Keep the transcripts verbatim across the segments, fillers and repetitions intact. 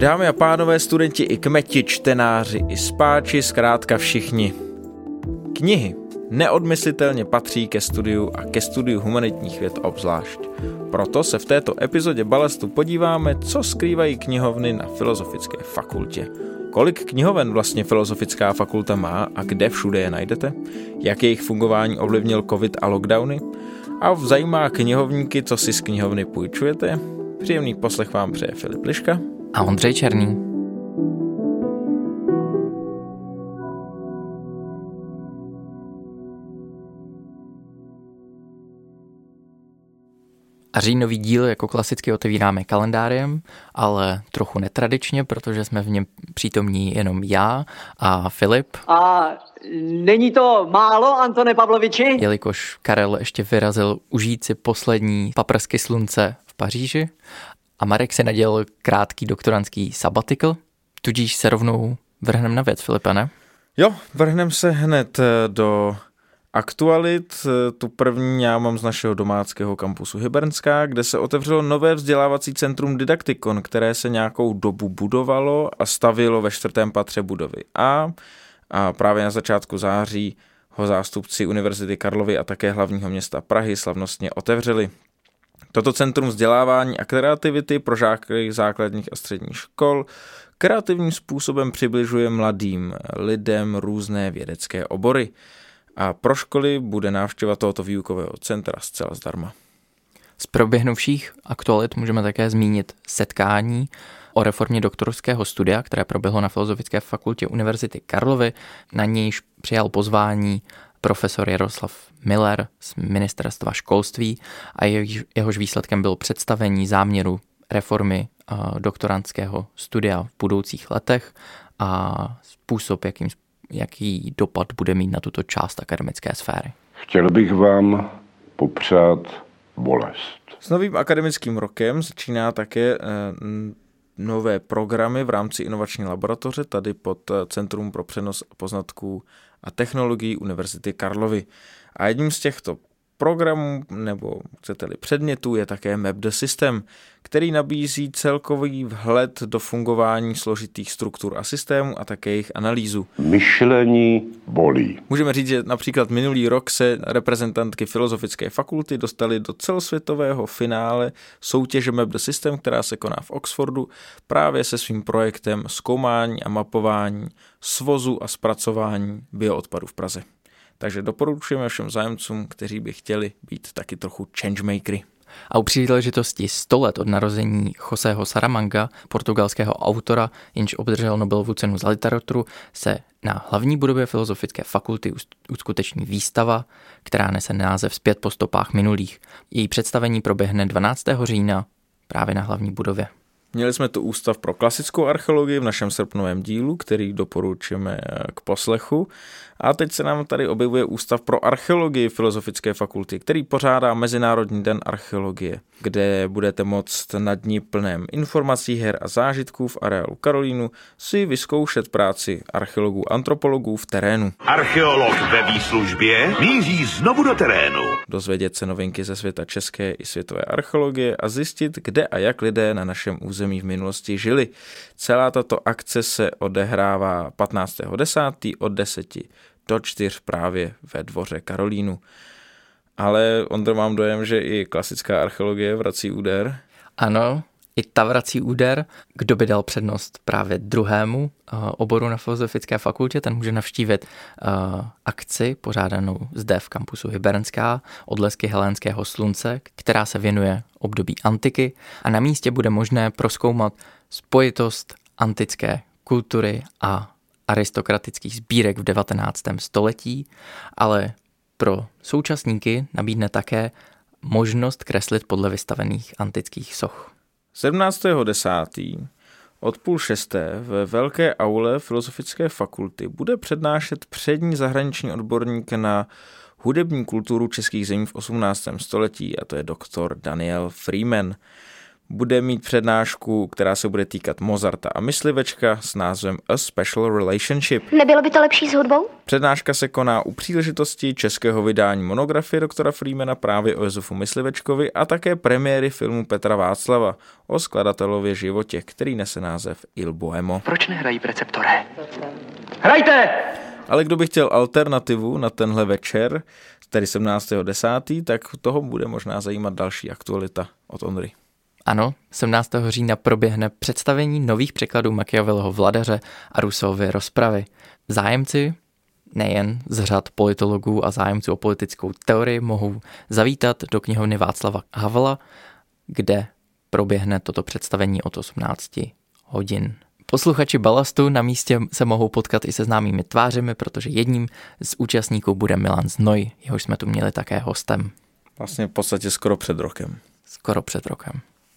Dámy a pánové, studenti i kmeti, čtenáři i spáči, zkrátka všichni. Knihy neodmyslitelně patří ke studiu a ke studiu humanitních věd obzvlášť. Proto se v této epizodě Balastu podíváme, co skrývají knihovny na Filozofické fakultě. Kolik knihoven vlastně Filozofická fakulta má a kde všude je najdete? Jak jejich fungování ovlivnil covid a lockdowny? A zajímá knihovníky, co si z knihovny půjčujete? Příjemný poslech vám přeje Filip Liška a Ondřej Černý. A říjnový díl jako klasicky otevíráme kalendáriem, ale trochu netradičně, protože jsme v něm přítomní jenom já a Filip. A není to málo, Antone Pavloviči? Jelikož Karel ještě vyrazil užít si poslední paprsky slunce v Paříži a Marek si nadělal krátký doktorandský sabbatical, tudíž se rovnou vrhneme na věc, Filipe, ne? Jo, vrhneme se hned do aktualit. Tu první já mám z našeho domáckého kampusu Hybernská, kde se otevřelo nové vzdělávací centrum Didaktikon, které se nějakou dobu budovalo a stavělo ve čtvrtém patře budovy A. A právě na začátku září ho zástupci Univerzity Karlovy a také hlavního města Prahy slavnostně otevřeli. Toto centrum vzdělávání a kreativity pro žáky základních a středních škol kreativním způsobem přibližuje mladým lidem různé vědecké obory. A pro školy bude návštěva tohoto výukového centra zcela zdarma. Z proběhnuvších aktualit můžeme také zmínit setkání o reformě doktorského studia, které proběhlo na Filozofické fakultě Univerzity Karlovy. Na nějž přijal pozvání profesor Jaroslav Miller z Ministerstva školství a jehož výsledkem bylo představení záměru reformy doktorandského studia v budoucích letech a způsob, jakým jaký dopad bude mít na tuto část akademické sféry. Chtěl bych vám popřát bolest. S novým akademickým rokem začíná také eh, nové programy v rámci inovační laboratoře tady pod Centrum pro přenos poznatků a technologií Univerzity Karlovy. A jedním z těchto programů, nebo chcete-li předmětů, je také Map the System, který nabízí celkový vhled do fungování složitých struktur a systémů a také jejich analýzu. Myšlení bolí. Můžeme říct, že například minulý rok se reprezentantky Filozofické fakulty dostaly do celosvětového finále soutěže Map the System, která se koná v Oxfordu, právě se svým projektem zkoumání a mapování svozu a zpracování bioodpadu v Praze. Takže doporučujeme všem zájemcům, kteří by chtěli být taky trochu changemakery. A u příležitosti sto let od narození Joseho Saramanga, portugalského autora, jenž obdržel Nobelovu cenu za literaturu, se na hlavní budově Filozofické fakulty uskuteční výstava, která nese název Zpět po stopách minulých. Její představení proběhne dvanáctého října právě na hlavní budově. Měli jsme tu ústav pro klasickou archeologii v našem srpnovém dílu, který doporučujeme k poslechu. A teď se nám tady objevuje Ústav pro archeologii Filozofické fakulty, který pořádá Mezinárodní den archeologie, kde budete moct na dni plném informací, her a zážitků v areálu Karolínu si vyzkoušet práci archeologů, antropologů v terénu. Archeolog ve výslužbě míří znovu do terénu. Dozvědět se novinky ze světa české i světové archeologie a zjistit, kde a jak lidé na našem území v minulosti žili. Celá tato akce se odehrává patnáctého desátého od deseti do čtyř právě ve dvoře Karolínu. Ale Ondro, mám dojem, že i klasická archeologie vrací úder. Ano, i ta vrací úder. Kdo by dal přednost právě druhému uh, oboru na Filozofické fakultě, ten může navštívit uh, akci pořádanou zde v kampusu Hybernská, Odlesky helénského slunce, která se věnuje období antiky a na místě bude možné prozkoumat spojitost antické kultury a aristokratických sbírek v devatenáctém století, ale pro současníky nabídne také možnost kreslit podle vystavených antických soch. sedmnáctého desátého od půl šesté ve velké aule Filozofické fakulty bude přednášet přední zahraniční odborník na hudební kulturu českých zemí v osmnáctém století, a to je doktor Daniel Freeman. bude mít přednášku, která se bude týkat Mozarta a myslivečka s názvem A Special Relationship. Nebylo by to lepší s hudbou? Přednáška se koná u příležitosti českého vydání monografie doktora Freemana právě o Josefu Myslivečkovi a také premiéry filmu Petra Václava o skladatelově životě, který nese název Il Bohemo. Proč nehrají preceptoré? Hrajte! Ale kdo by chtěl alternativu na tenhle večer, tedy sedmnáctého desátého tak toho bude možná zajímat další aktualita od Ondry. Ano, sedmnáctého října proběhne představení nových překladů Machiavelliho Vladaře a Rousseovy Rozpravy. Zájemci, nejen z řad politologů a zájemců o politickou teorii, mohou zavítat do knihovny Václava Havla, kde proběhne toto představení od osmnácti hodin. Posluchači Balastu na místě se mohou potkat i se známými tvářemi, protože jedním z účastníků bude Milan Znoj, jehož jsme tu měli také hostem. Vlastně v podstatě skoro před rokem. Skoro před rokem.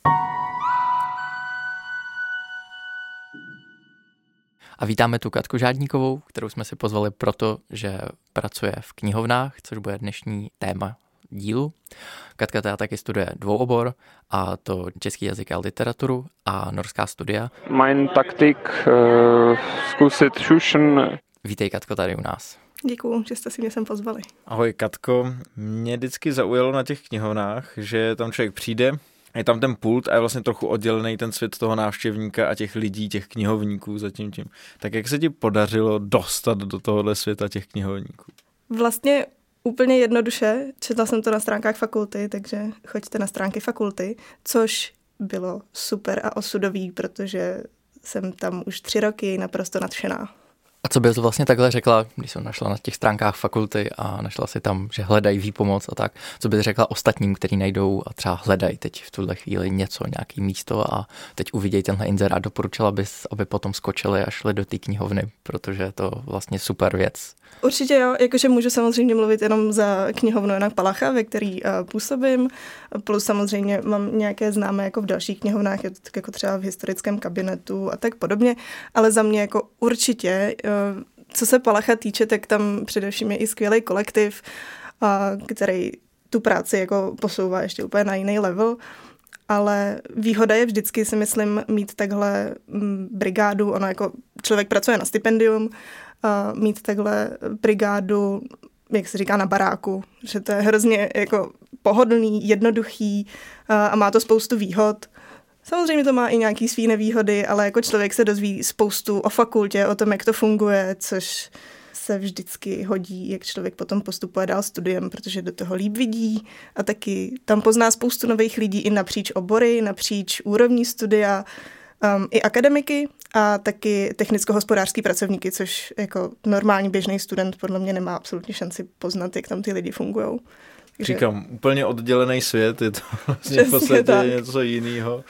A vítáme tu Katku Žádníkovou, kterou jsme si pozvali proto, že pracuje v knihovnách, což bude dnešní téma dílu. Katka teda taky studuje dvouobor, a to český jazyk a literaturu a norská studia. Mein taktik uh, zkusit šušen. Vítej, Katko, tady u nás. Děkuju, že jste si mě sem pozvali. Ahoj, Katko. Mě vždycky zaujalo na těch knihovnách, že tam člověk přijde, je tam ten pult a je vlastně trochu oddělený ten svět toho návštěvníka a těch lidí, těch knihovníků za tím tím. Tak jak se ti podařilo dostat do tohohle světa těch knihovníků? Vlastně úplně jednoduše, četla jsem to na stránkách fakulty, takže choďte na stránky fakulty, což bylo super a osudový, protože jsem tam už tři roky naprosto nadšená. A co bys vlastně takhle řekla, když jsem našla na těch stránkách fakulty a našla si tam, že hledají výpomoc a tak, co bys řekla ostatním, kteří najdou a třeba hledají teď v tuhle chvíli něco, nějaký místo a teď uvidějí tenhle inzerát, doporučila bys, aby potom skočili a šli do té knihovny, protože je to vlastně super věc. Určitě jo, jakože můžu samozřejmě mluvit jenom za knihovnu Jana Palacha, ve který uh, působím, plus samozřejmě mám nějaké známé jako v dalších knihovnách, jako třeba v historickém kabinetu a tak podobně, ale za mě jako určitě, uh, co se Palacha týče, tak tam především je i skvělý kolektiv, uh, který tu práci jako posouvá ještě úplně na jiný level. Ale výhoda je vždycky, si myslím, mít takhle m, brigádu, ono jako člověk pracuje na stipendium, a mít takhle brigádu, jak se říká, na baráku, že to je hrozně jako pohodlný, jednoduchý a, a má to spoustu výhod. Samozřejmě to má i nějaký svý nevýhody, ale jako člověk se dozví spoustu o fakultě, o tom, jak to funguje, což se vždycky hodí, jak člověk potom postupuje dál studiem, protože do toho líp vidí a taky tam pozná spoustu nových lidí i napříč obory, napříč úrovní studia, um, i akademiky a taky technicko-hospodářský pracovníky, což jako normální běžný student podle mě nemá absolutně šanci poznat, jak tam ty lidi fungujou. Takže... Říkám, úplně oddělený svět, je to vlastně v podstatě tak. Něco jiného.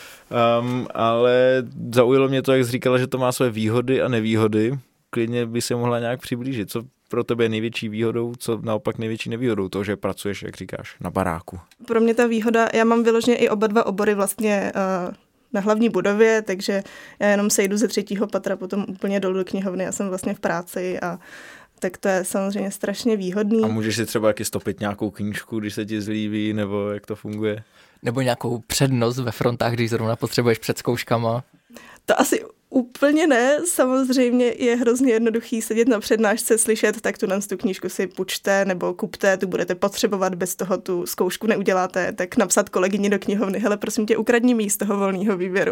Um, ale zaujalo mě to, jak jsi říkala, že to má své výhody a nevýhody. Klidně by se mohla nějak přiblížit. Co pro tebe je největší výhodou, co naopak největší nevýhodou toho, že pracuješ, jak říkáš, na baráku? Pro mě ta výhoda, já mám vyloženě i oba dva obory vlastně uh, na hlavní budově, takže já jenom sejdu ze třetího patra potom úplně dolů do knihovny, já jsem vlastně v práci a tak to je samozřejmě strašně výhodný. A můžeš si třeba taky stopit nějakou knížku, když se ti zlíbí, nebo jak to funguje? Nebo nějakou přednost ve frontách, když zrovna potřebuješ před zkouškama? To asi úplně ne, samozřejmě je hrozně jednoduchý sedět na přednášce, slyšet, tak tu na tu knížku si půjčte nebo kupte, tu budete potřebovat, bez toho tu zkoušku neuděláte, tak napsat kolegyni do knihovny, hele, prosím tě, ukradni mi z toho volného výběru.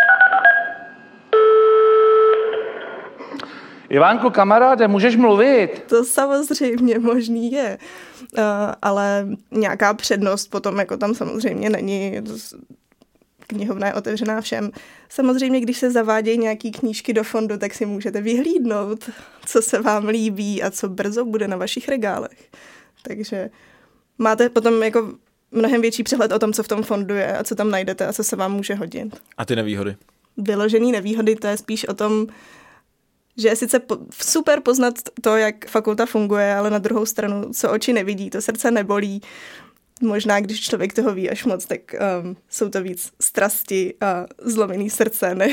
Ivánku, kamaráde, můžeš mluvit? To samozřejmě možný je, uh, ale nějaká přednost potom jako tam samozřejmě není. Knihovna je otevřená všem. Samozřejmě, když se zavádějí nějaký knížky do fondu, tak si můžete vyhlídnout, co se vám líbí a co brzo bude na vašich regálech. Takže máte potom jako mnohem větší přehled o tom, co v tom fondu je a co tam najdete a co se vám může hodit. A ty nevýhody? Vyložený nevýhody, to je spíš o tom, že je sice po, super poznat to, jak fakulta funguje, ale na druhou stranu, co oči nevidí, to srdce nebolí. možná, když člověk toho ví až moc, tak um, jsou to víc strasti a zlomený srdce, než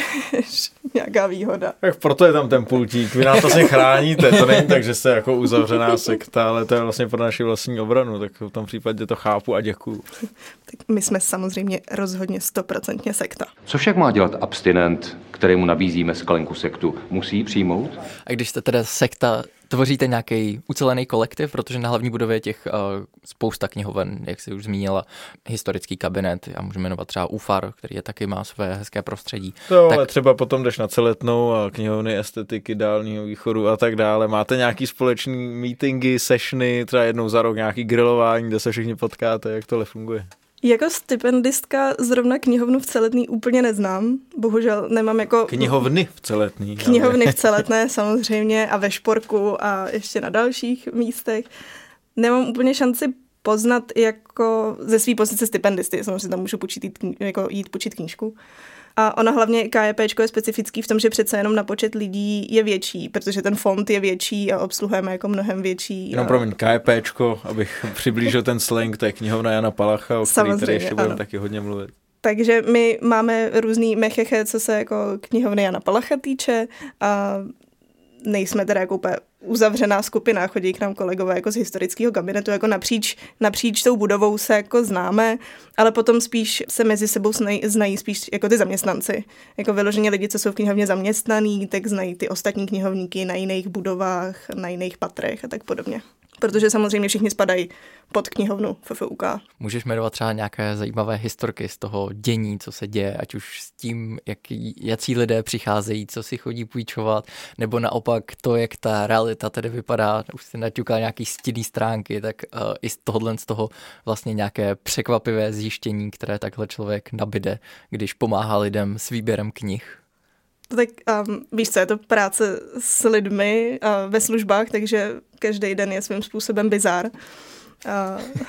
nějaká výhoda. Tak proto je tam ten pultík, vy nás vlastně chráníte, to není tak, že jste jako uzavřená sekta, ale to je vlastně pro naši vlastní obranu, tak v tom případě to chápu a děkuju. Tak my jsme samozřejmě rozhodně stoprocentně sekta. Co však má dělat abstinent, kterému nabízíme sklenku sektu? Musí ji přijmout? A když jste teda sekta, tvoříte nějaký ucelený kolektiv, protože na hlavní budově je těch uh, spousta knihoven, jak jsi už zmínila, historický kabinet, já můžu jmenovat třeba UFAR, který je taky má své hezké prostředí. To, tak... ale třeba potom jdeš na Celetnou a knihovny estetiky Dálního východu a tak dále. Máte nějaký společný meetingy, sessiony, třeba jednou za rok nějaký grilování, kde se všichni potkáte, jak tohle funguje? Jako stipendistka zrovna knihovnu v Celetný úplně neznám. Bohužel nemám jako... Knihovny v Celetný. Knihovny v Celetné samozřejmě a ve Šporku a ještě na dalších místech. Nemám úplně šanci poznat jako ze své pozice stipendisty. Samozřejmě tam můžu počít jít, jako jít počít knížku. A ona hlavně KJPčko je specifický v tom, že přece jenom na počet lidí je větší, protože ten fond je větší a obsluhujeme jako mnohem větší. Jenom promiň, KJPčko, abych přiblížil ten slang, to je knihovna Jana Palacha, o který tady ještě budeme taky hodně mluvit. Takže my máme různý mecheche, co se jako knihovny Jana Palacha týče a nejsme teda jako úplně uzavřená skupina, chodí k nám kolegové jako z historického kabinetu, jako napříč, napříč tou budovou se jako známe, ale potom spíš se mezi sebou znají, znají spíš jako ty zaměstnanci. Jako vyloženě lidi, co jsou v knihovně zaměstnaný, tak znají ty ostatní knihovníky na jiných budovách, na jiných patrech a tak podobně. Protože samozřejmě všichni spadají pod knihovnu F F U K. Můžeš jmenovat třeba nějaké zajímavé historky z toho dění, co se děje, ať už s tím, jaký, jací lidé přicházejí, co si chodí půjčovat, nebo naopak to, jak ta realita tedy vypadá, už si naťukal nějaký stinný stránky, tak uh, i z tohohle z toho vlastně nějaké překvapivé zjištění, které takhle člověk nabide, když pomáhá lidem s výběrem knih. Tak um, víš co, je to práce s lidmi uh, ve službách, takže každý den je svým způsobem bizár. Uh,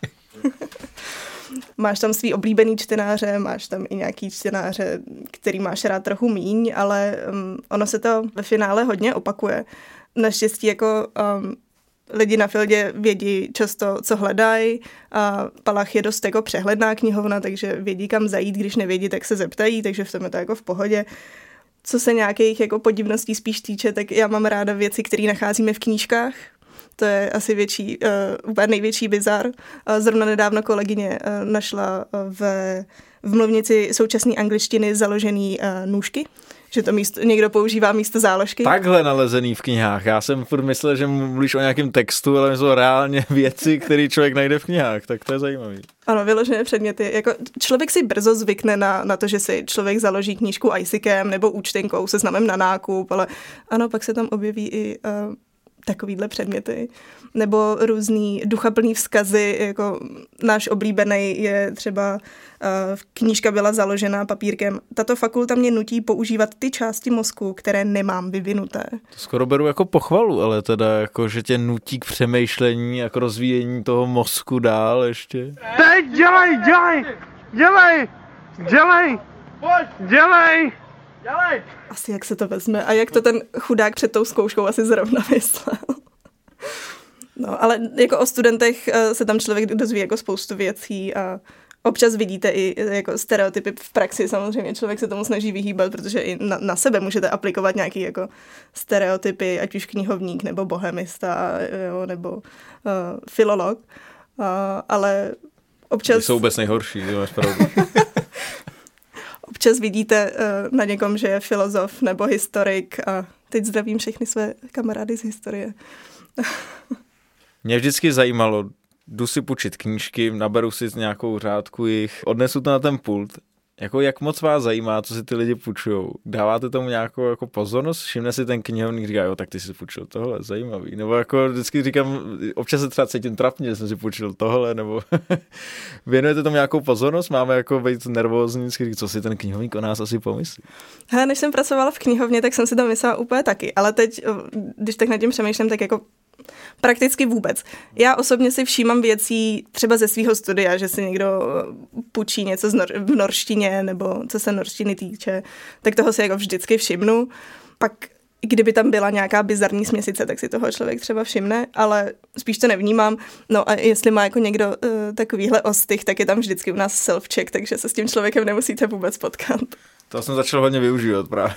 máš tam svý oblíbený čtenáře, máš tam i nějaký čtenáře, který máš rád trochu míň, ale um, ono se to ve finále hodně opakuje. Naštěstí jako um, lidi na Fildě vědí často, co hledají. A Palach je dost jako přehledná knihovna, takže vědí, kam zajít, když nevědí, tak se zeptají, takže v tom je to jako v pohodě. Co se nějakých jako podivností spíš týče, tak já mám ráda věci, které nacházíme v knížkách. To je asi větší, uh, úplně největší bizar. Uh, zrovna nedávno kolegyně uh, našla uh, v, v mluvnici současné angličtiny založený uh, nůžky, že to místo, někdo používá místo záložky. Takhle nalezený v knihách. Já jsem furt myslel, že mluvíš o nějakém textu, ale jsou reálně věci, které člověk najde v knihách, tak to je zajímavý. Ano, vyložené předměty. Jako člověk si brzo zvykne na, na to, že si člověk založí knížku ISICem nebo účtenkou se znamem na nákup, ale ano, pak se tam objeví i uh, takovýhle předměty. Nebo různý duchaplný vzkazy, jako náš oblíbený je třeba uh, knížka byla založena papírkem. Tato fakulta mě nutí používat ty části mozku, které nemám vyvinuté. To skoro beru jako pochvalu, ale teda jako, že tě nutí k přemýšlení, jako rozvíjení toho mozku dál ještě. Teď dělej, dělej, dělej, dělej, dělej. Dělej. Asi jak se to vezme a jak to ten chudák před tou zkouškou asi zrovna myslel. No, ale jako o studentech se tam člověk dozví jako spoustu věcí a občas vidíte i jako stereotypy v praxi. Samozřejmě člověk se tomu snaží vyhýbat, protože i na, na sebe můžete aplikovat nějaký jako stereotypy, ať už knihovník nebo bohemista, jo, nebo uh, filolog. Uh, ale občas... Ty jsou vůbec nejhorší, to máš pravdu. Občas vidíte uh, na někom, že je filozof nebo historik a teď zdravím všechny své kamarády z historie. Mě vždycky zajímalo, jdu si půjčit knížky, naberu si nějakou řádku jich, odnesu to na ten pult. Jako jak moc vás zajímá, co si ty lidi půjčujou? Dáváte tomu nějakou jako pozornost? Všimne si ten knihovník, říká, jo, tak ty si půjčil tohle, zajímavý. Nebo jako vždycky říkám, občas se třeba cítím trapně, že jsem si půjčil tohle, nebo věnujete tomu nějakou pozornost? Máme jako být nervózní, co si ten knihovník o nás asi pomyslí? Hele, než jsem pracovala v knihovně, tak jsem si tam myslela úplně taky, ale teď, když tak nad tím přemýšlím, tak jako prakticky vůbec. Já osobně si všímám věcí třeba ze svého studia, že si někdo půjčí něco nor- v norštině nebo co se norštiny týče, tak toho si jako vždycky všimnu. Pak kdyby tam byla nějaká bizarní směsice, tak si toho člověk třeba všimne, ale spíš to nevnímám. No a jestli má jako někdo uh, takovýhle ostych, tak je tam vždycky u nás self-check, takže se s tím člověkem nemusíte vůbec potkat. To jsem začal hodně využívat právě.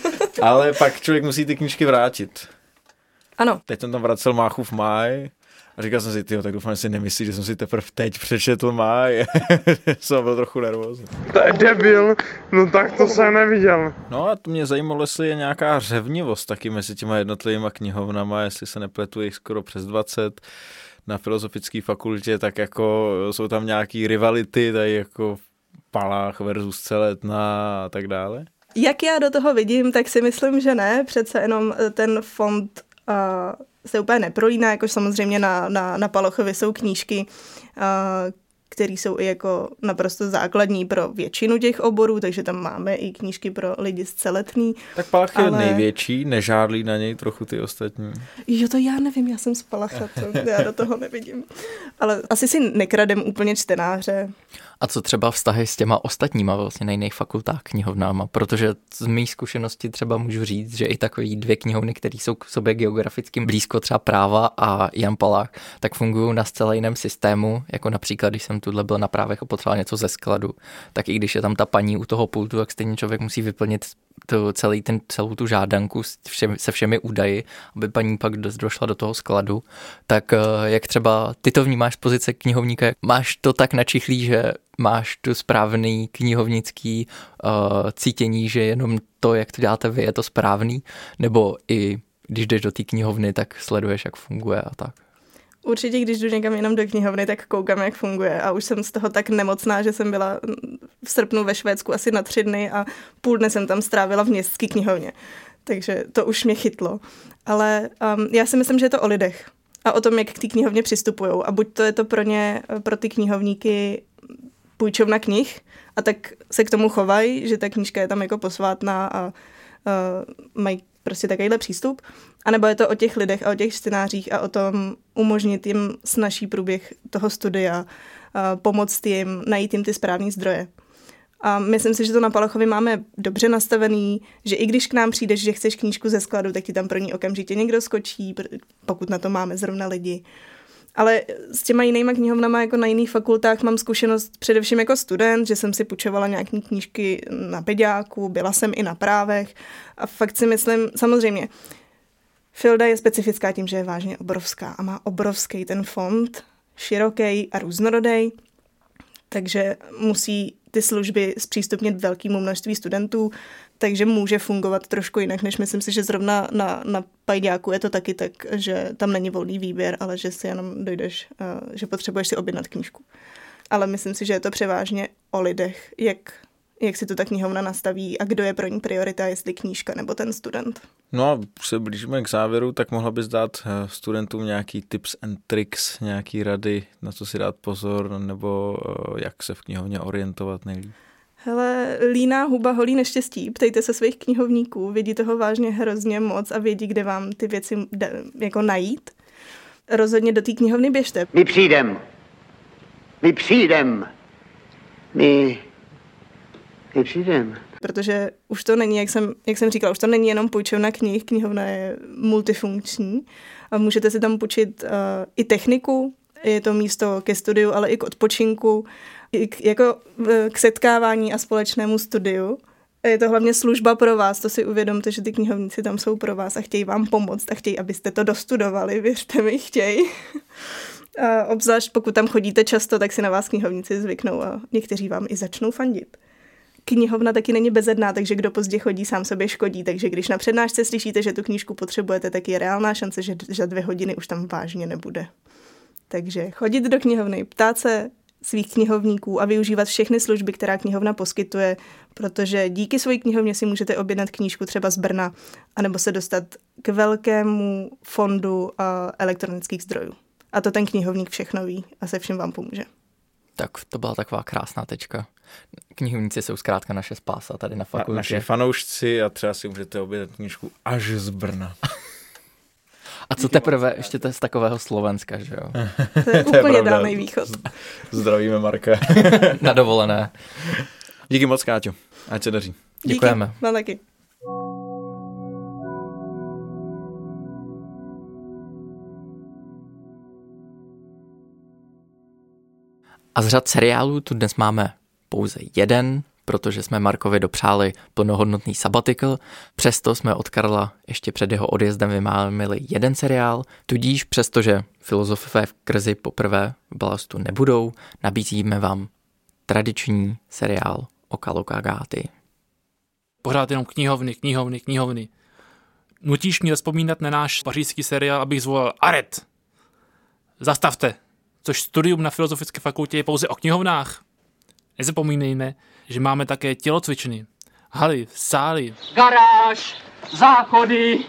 Ale pak člověk musí ty knížky vrátit. Ano. Teď jsem tam vracel Máchův máj a říkal jsem si, tyjo, tak doufám, že si nemyslí, že jsem si teprve teď přečetl máj. Jsem byl trochu nervózní. To je debil, no tak to jsem neviděl. No a to mě zajímalo, jestli je nějaká řevnivost taky mezi těma jednotlivýma knihovnama, jestli se nepletu jich skoro přes dvacet na filozofické fakultě, tak jako jsou tam nějaký rivality, tady jako Palach versus Celetná a tak dále. Jak já do toho vidím, tak si myslím, že ne. Přece jenom ten fond uh, se úplně neprolíná, jako samozřejmě na, na, na Palachovi jsou knížky, uh, které jsou i jako naprosto základní pro většinu těch oborů, takže tam máme i knížky pro lidi z Celetný. Tak Palach je ale... největší, nežádlí na něj trochu ty ostatní. Jo, to já nevím, já jsem z Palacha, to já do toho nevidím. Ale asi si nekradem úplně čtenáře. A co třeba vztahy s těma ostatníma vlastně na jiných fakultách knihovnama? Protože z mý zkušenosti třeba můžu říct, že i takový dvě knihovny, které jsou k sobě geograficky blízko, třeba Práva a Jan Palach, tak fungují na zcela jiném systému, jako například, když jsem tuhle byl na Právech a potřeboval něco ze skladu, tak i když je tam ta paní u toho pultu, tak stejně člověk musí vyplnit to, celý ten, celou tu žádanku se všemi údaji, aby paní pak došla do toho skladu. Tak jak třeba ty to vnímáš z pozice knihovníka, máš to tak načichlý, že máš tu správný knihovnický uh, cítění, že jenom to, jak to děláte vy, je to správný, nebo i když jdeš do té knihovny, tak sleduješ, jak funguje a tak? Určitě, když jdu někam jenom do knihovny, tak koukám, jak funguje a už jsem z toho tak nemocná, že jsem byla v srpnu ve Švédsku asi na tři dny a půl dne jsem tam strávila v městské knihovně. Takže to už mě chytlo. Ale um, já si myslím, že je to o lidech a o tom, jak k té knihovně přistupujou. A buď to je to pro ně, pro ty knihovníky půjčovna knih a tak se k tomu chovají, že ta knížka je tam jako posvátná a uh, mají prostě takovýhle přístup. A nebo je to o těch lidech a o těch čtenářích a o tom umožnit jim snazší průběh toho studia, uh, pomoct jim, najít jim ty správné zdroje. A myslím si, že to na Palachově máme dobře nastavený, že i když k nám přijdeš, že chceš knížku ze skladu, tak ti tam pro ní okamžitě někdo skočí, pokud na to máme zrovna lidi. Ale s těma jinýma knihovnama jako na jiných fakultách mám zkušenost především jako student, že jsem si půjčovala nějaké knížky na pediáku, byla jsem i na právech a fakt si myslím, samozřejmě, Filda je specifická tím, že je vážně obrovská a má obrovský ten fond, široký a různorodý, takže musí ty služby zpřístupnit velkému množství studentů, takže může fungovat trošku jinak, než myslím si, že zrovna na, na pajďáku je to taky tak, že tam není volný výběr, ale že si jenom dojdeš, že potřebuješ si objednat knížku. Ale myslím si, že je to převážně o lidech, jak, jak si to ta knihovna nastaví a kdo je pro ní priorita, jestli knížka nebo ten student. No a se blížíme k závěru, tak mohla bys dát studentům nějaký tips and tricks, nějaký rady, na co si dát pozor, nebo jak se v knihovně orientovat nejlíp? Hele, líná huba holí neštěstí. Ptejte se svých knihovníků, vědí toho vážně hrozně moc a vědí, kde vám ty věci jako najít. Rozhodně do té knihovny běžte. My přijdem. My přijdem. My... My přijdem. Protože už to není, jak jsem, jak jsem říkala, už to není jenom půjčovna knih, knihovna je multifunkční a můžete si tam půjčit uh, i techniku, je to místo ke studiu, ale i k odpočinku, i k, jako k setkávání a společnému studiu. Je to hlavně služba pro vás, to si uvědomte, že ty knihovníci tam jsou pro vás a chtějí vám pomoct a chtějí, abyste to dostudovali, věřte mi, chtějí. A obzvlášť pokud tam chodíte často, tak si na vás knihovníci zvyknou a někteří vám i začnou fandit. Knihovna taky není bezedná, takže kdo pozdě chodí, sám sobě škodí, takže když na přednášce slyšíte, že tu knížku potřebujete, tak je reálná šance, že za dvě hodiny už tam vážně nebude. Takže chodit do knihovny, ptát se svých knihovníků a využívat všechny služby, která knihovna poskytuje, protože díky své knihovně si můžete objednat knížku třeba z Brna, anebo se dostat k velkému fondu elektronických zdrojů. A to ten knihovník všechno ví a se všem vám pomůže. Tak to byla taková krásná tečka. Knihovníci jsou zkrátka naše spása tady na fakultě. A naše fanoušci a třeba si můžete objednat knížku až z Brna. A co teprve ještě to z takového Slovenska, že jo? To je úplně dálnej východ. Zdravíme Marka. Na dovolené. Díky moc, Káťo. Ať se daří. Děkujeme. Díky. Vám taky. A z řad seriálů tu dnes máme pouze jeden, protože jsme Markovi dopřáli plnohodnotný sabbatical, přesto jsme od Karla ještě před jeho odjezdem vymámili jeden seriál, tudíž přestože filozofové v krizi poprvé v Ballastu nebudou, nabízíme vám tradiční seriál o Kalokagáty. Pořád jenom knihovny, knihovny, knihovny. Nutíš mě vzpomínat na náš pařížský seriál, abych zvolal Aret. Zastavte, což studium na Filozofické fakultě je pouze o knihovnách. Nezapomínejme, že máme také tělocvičny, haly, sály, Garáž, záchody,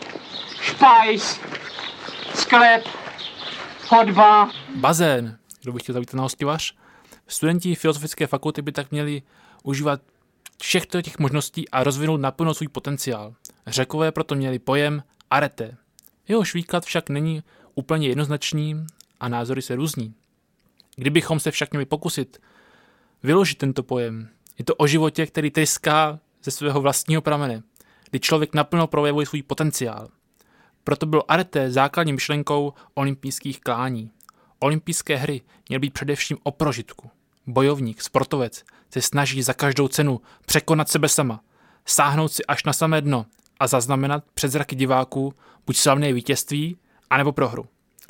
špajs, sklep, chodba, bazén, kdo by chtěl zavítat na hostivař. Studenti Filozofické fakulty by tak měli užívat všech těch možností a rozvinout naplno svůj potenciál. Řekové proto měli pojem arete. Jehož výklad však není úplně jednoznačný a názory se různí. Kdybychom se však měli pokusit vyložit tento pojem, je to o životě, který tryská ze svého vlastního pramene, kdy člověk naplno projevuje svůj potenciál. Proto bylo arete základní myšlenkou olympijských klání. Olympijské hry měly být především o prožitku. Bojovník, sportovec se snaží za každou cenu překonat sebe sama, sáhnout si až na samé dno a zaznamenat před zraky diváků buď slavné vítězství, anebo prohru.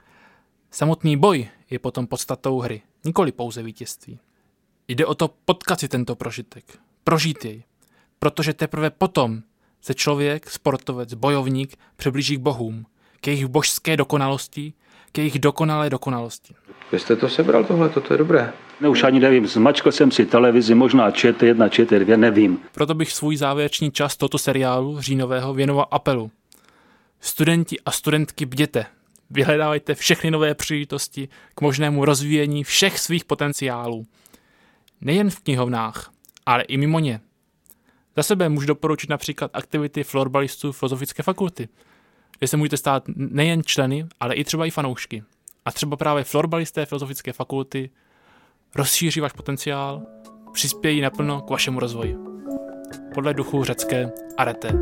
Samotný boj je potom podstatou hry, nikoli pouze vítězství. Jde o to potkat si tento prožitek, prožít jej, protože teprve potom se člověk, sportovec, bojovník přiblíží k bohům, k jejich božské dokonalosti, k jejich dokonalé dokonalosti. Vy jste to sebral tohle, to je dobré. No už ani nevím, zmačkal jsem si televizi, možná čet jedna, čet dvě, nevím. Proto bych svůj závěrečný čas tohoto seriálu říjnového věnoval apelu. Studenti a studentky bděte, vyhledávajte všechny nové příležitosti k možnému rozvíjení všech svých potenciálů. Nejen v knihovnách, ale i mimo ně. Za sebe můžu doporučit například aktivity florbalistů Filozofické fakulty, kde se můžete stát nejen členy, ale i třeba i fanoušky. A třeba právě florbalisté Filozofické fakulty rozšíří váš potenciál, přispějí naplno k vašemu rozvoji. Podle duchu řecké arete.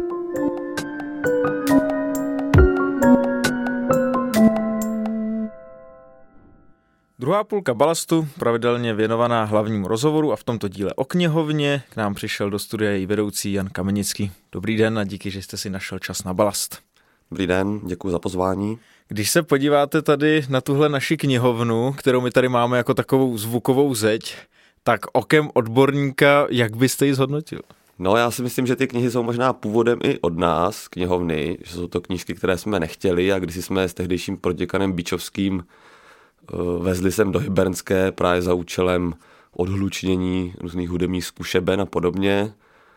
Druhá půlka Ballastu, pravidelně věnovaná hlavnímu rozhovoru a v tomto díle o knihovně, k nám přišel do studia její vedoucí Jan Kamenický. Dobrý den a díky, že jste si našel čas na Ballast. Dobrý den, děkuji za pozvání. Když se podíváte tady na tuhle naši knihovnu, kterou my tady máme jako takovou zvukovou zeď, tak okem odborníka, jak byste ji zhodnotil? No já si myslím, že ty knihy jsou možná původem i od nás, knihovny, že jsou to knížky, které jsme nechtěli a když jsme s tehdejším proděkanem Bičovským vezli sem do Hybernské právě za účelem odhlučnění různých hudebních zkušeben a podobně.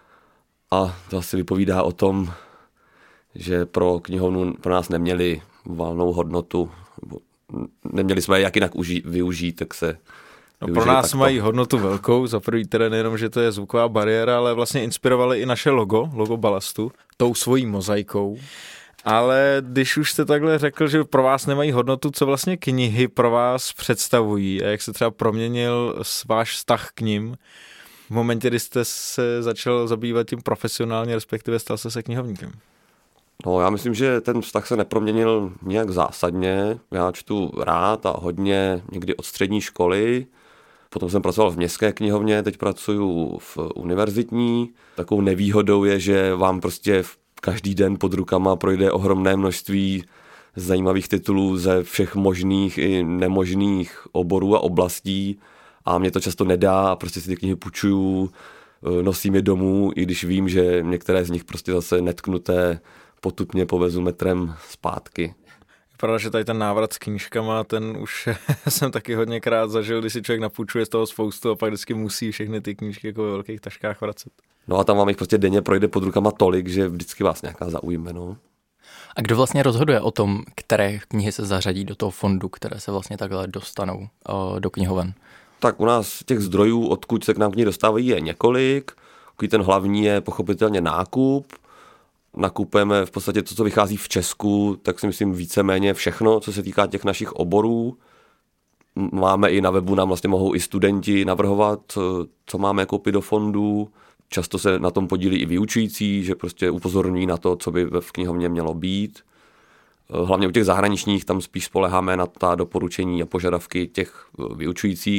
A to asi vypovídá o tom, že pro knihovnu pro nás neměli valnou hodnotu, neměli jsme je jak jinak uží, využít, tak se No pro nás takto. Mají hodnotu velkou, za první teda nejenom, že to je zvuková bariéra, ale vlastně inspirovali i naše logo, logo Ballastu, tou svojí mozaikou. Ale když už jste takhle řekl, že pro vás nemají hodnotu, co vlastně knihy pro vás představují a jak se třeba proměnil váš vztah k nim v momentě, kdy jste se začal zabývat tím profesionálně, respektive stal se se knihovníkem? No já myslím, že ten vztah se neproměnil nějak zásadně. Já čtu rád a hodně někdy od střední školy. Potom jsem pracoval v městské knihovně, teď pracuju v univerzitní. Takovou nevýhodou je, že vám prostě každý den pod rukama projde ohromné množství zajímavých titulů ze všech možných i nemožných oborů a oblastí a mě to často nedá a prostě si ty knihy půjčuju, nosím je domů, i když vím, že některé z nich prostě zase netknuté potupně povezu metrem zpátky. Pravda, že tady ten návrat s knížkama, ten už jsem taky hodněkrát zažil, když si člověk napůjčuje z toho spoustu a pak vždycky musí všechny ty knížky jako ve velkých taškách vracet. No a tam vám jich prostě denně projde pod rukama tolik, že vždycky vás nějaká zaujme, no. A kdo vlastně rozhoduje o tom, které knihy se zařadí do toho fondu, které se vlastně takhle dostanou uh, do knihoven? Tak u nás těch zdrojů, odkud se k nám knihy dostávají, je několik. Ten hlavní je pochopitelně nákup. Nakupujeme v podstatě to, co vychází v Česku, tak si myslím víceméně všechno, co se týká těch našich oborů. Máme i na webu, nám vlastně mohou i studenti navrhovat, co máme koupit do fondu. Často se na tom podílí i vyučující, že prostě upozorňují na to, co by v knihovně mělo být. Hlavně u těch zahraničních tam spíš spoleháme na ta doporučení a požadavky těch vyučujících,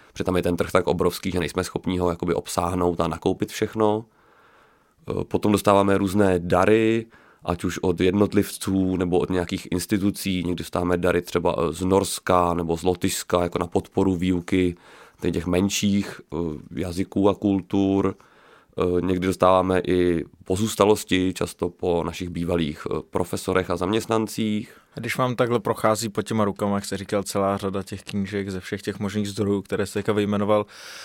protože tam je ten trh tak obrovský, že nejsme schopni ho jakoby obsáhnout a nakoupit všechno. Potom dostáváme různé dary, ať už od jednotlivců nebo od nějakých institucí. Někdy dostáváme dary třeba z Norska nebo z Lotyšska jako na podporu výuky těch menších jazyků a kultur. Někdy dostáváme i pozůstalosti, často po našich bývalých profesorech a zaměstnancích. A když vám takhle prochází po těma rukama, jak jste říkal, celá řada těch knížek ze všech těch možných zdrojů, které jste teďka vyjmenoval,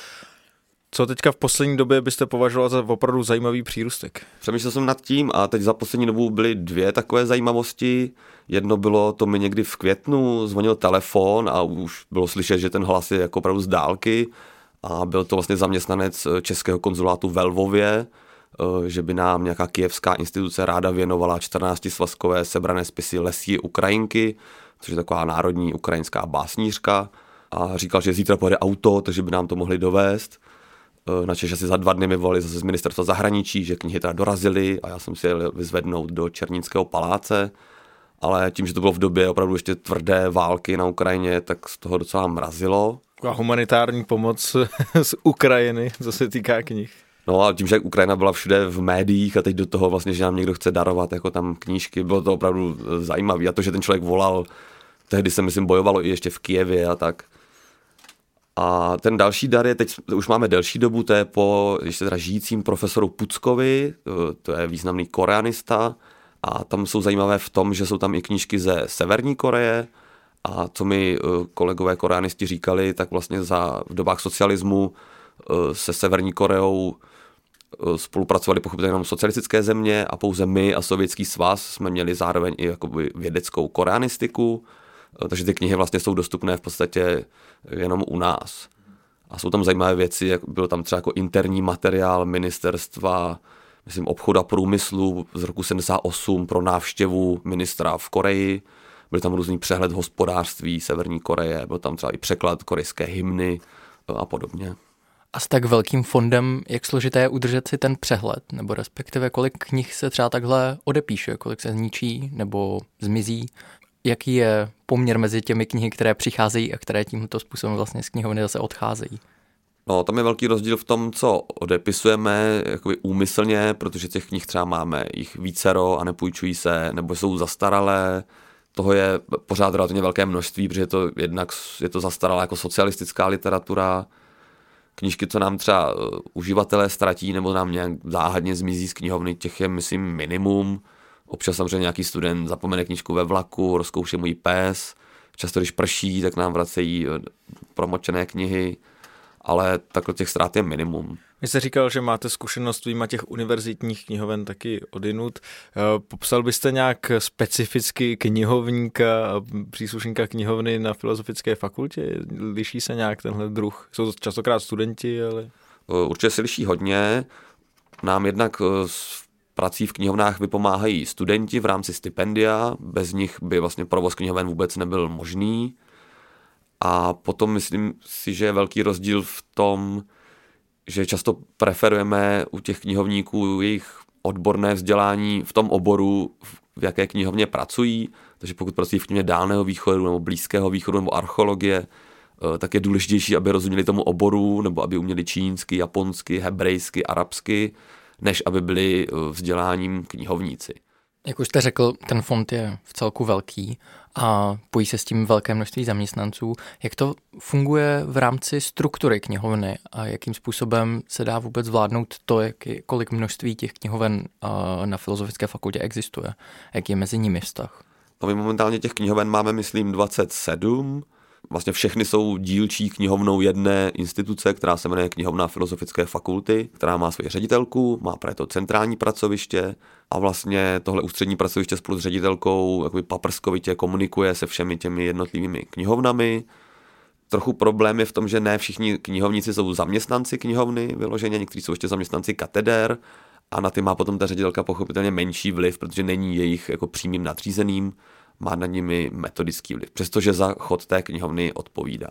co teďka v poslední době byste považoval za opravdu zajímavý přírůstek? Přemýšlel jsem nad tím a teď za poslední dobu byly dvě takové zajímavosti. Jedno bylo, to mi někdy v květnu zvonil telefon a už bylo slyšet, že ten hlas je jako opravdu z dálky. A byl to vlastně zaměstnanec Českého konzulátu ve Lvově, že by nám nějaká kyjevská instituce ráda věnovala čtrnáctisvazkové sebrané spisy Lesy Ukrajinky, což je taková národní ukrajinská básnířka. A říkal, že zítra pojede auto, takže by nám to mohli dovést. Načež asi za dva dny mi volali zase z ministerstva zahraničí, že knihy teda dorazily a já jsem si jel vyzvednout do Černínského paláce. Ale tím, že to bylo v době opravdu ještě tvrdé války na Ukrajině, tak z toho docela mrazilo. A humanitární pomoc z Ukrajiny, co se týká knih. No a tím, že Ukrajina byla všude v médiích a teď do toho vlastně, že nám někdo chce darovat jako tam knížky, bylo to opravdu zajímavé. A to, že ten člověk volal, tehdy se myslím bojovalo i ještě v Kyjevě a tak. A ten další dar je, teď už máme delší dobu, to je po ještě teda žijícím profesoru Puckovi, to je významný koreanista a tam jsou zajímavé v tom, že jsou tam i knížky ze Severní Koreje a co mi kolegové koreanisti říkali, tak vlastně za, v dobách socialismu se Severní Koreou spolupracovali pochopitelně jenom socialistické země a pouze my a Sovětský svaz jsme měli zároveň i jakoby vědeckou koreanistiku. Takže ty knihy vlastně jsou dostupné v podstatě jenom u nás. A jsou tam zajímavé věci, jak byl tam třeba jako interní materiál ministerstva, myslím, obchodu a průmyslu z roku sedmdesát osm pro návštěvu ministra v Koreji. Byl tam různý přehled hospodářství Severní Koreje, byl tam třeba i překlad korejské hymny a podobně. A s tak velkým fondem, jak složité je udržet si ten přehled, nebo respektive kolik knih se třeba takhle odepíše, kolik se zničí nebo zmizí? Jaký je poměr mezi těmi knihy, které přicházejí a které tímto způsobem vlastně z knihovny zase odcházejí? No, tam je velký rozdíl v tom, co odepisujeme jakoby úmyslně, protože těch knih třeba máme jich vícero a nepůjčují se, nebo jsou zastaralé. Toho je pořád relativně velké množství, protože je to jednak je to zastaralá jako socialistická literatura. Knížky, co nám třeba uživatelé ztratí nebo nám nějak záhadně zmizí z knihovny, těch je, myslím, minimum. Občas samozřejmě nějaký student zapomene knížku ve vlaku, rozkouše můj pes. Často, když prší, tak nám vracejí promočené knihy, ale takhle těch ztrát je minimum. Vy jste říkal, že máte zkušenost výjima těch univerzitních knihoven taky odinut. Popsal byste nějak specificky knihovníka a příslušníka knihovny na Filozofické fakultě? Liší se nějak tenhle druh? Jsou to častokrát studenti, ale... Určitě se liší hodně. Nám jednak s prací v knihovnách vypomáhají studenti v rámci stipendia. Bez nich by vlastně provoz knihoven vůbec nebyl možný. A potom myslím si, že je velký rozdíl v tom, že často preferujeme u těch knihovníků jejich odborné vzdělání v tom oboru, v jaké knihovně pracují. Takže pokud pracují v knihovně Dálného východu nebo Blízkého východu nebo archeologie, tak je důležitější, aby rozuměli tomu oboru nebo aby uměli čínsky, japonsky, hebrejsky, arabsky, než aby byli vzděláním knihovníci. Jak už jste řekl, ten fond je v celku velký a pojí se s tím velké množství zaměstnanců. Jak to funguje v rámci struktury knihovny a jakým způsobem se dá vůbec zvládnout to, jak je, kolik množství těch knihoven na Filozofické fakultě existuje? Jak je mezi nimi vztah? No, my momentálně těch knihoven máme, myslím, dvacet sedm. Vlastně všechny jsou dílčí knihovnou jedné instituce, která se jmenuje Knihovna Filozofické fakulty, která má svoji ředitelku, má právě to centrální pracoviště a vlastně tohle ústřední pracoviště spolu s ředitelkou jakoby paprskovitě komunikuje se všemi těmi jednotlivými knihovnami. Trochu problém je v tom, že ne všichni knihovníci jsou zaměstnanci knihovny vyloženě, někteří jsou ještě zaměstnanci kateder a na ty má potom ta ředitelka pochopitelně menší vliv, protože není jejich jako přímým nadřízeným, má nad nimi metodický vliv, přestože za chod té knihovny odpovídá.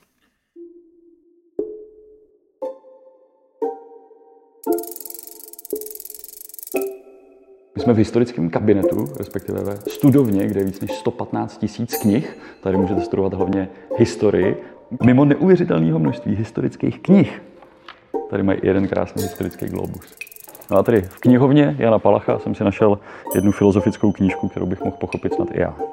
My jsme v historickém kabinetu, respektive ve studovně, kde je víc než sto patnáct tisíc knih. Tady můžete studovat hlavně historii. Mimo neuvěřitelného množství historických knih, tady mají jeden krásný historický globus. No a tady v knihovně Jana Palacha jsem si našel jednu filozofickou knížku, kterou bych mohl pochopit snad i já.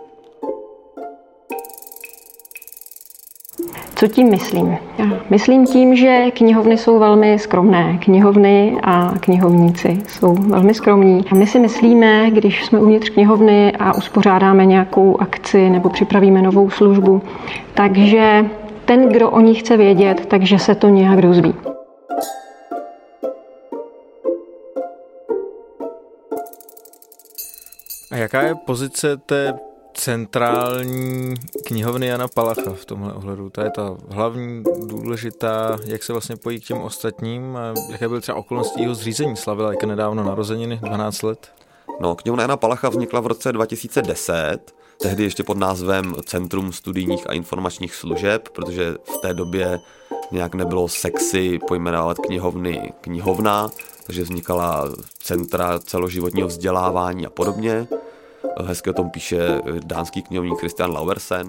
Co tím myslím? Já myslím tím, že knihovny jsou velmi skromné. Knihovny a knihovníci jsou velmi skromní. A my si myslíme, když jsme uvnitř knihovny a uspořádáme nějakou akci nebo připravíme novou službu, takže ten, kdo o ní chce vědět, takže se to nějak dozví. A jaká je pozice té centrální knihovny Jana Palacha v tomhle ohledu? To je ta hlavní, důležitá, jak se vlastně pojí k těm ostatním a jaké byly třeba okolnosti jeho zřízení? Slavila jak nedávno narozeniny, dvanáct let? No, knihovna Jana Palacha vznikla v roce dva tisíce deset, tehdy ještě pod názvem Centrum studijních a informačních služeb, protože v té době nějak nebylo sexy pojmenovat knihovny knihovna, takže vznikala centra celoživotního vzdělávání a podobně. Hezky o tom píše dánský knihovník Christian Lauversen.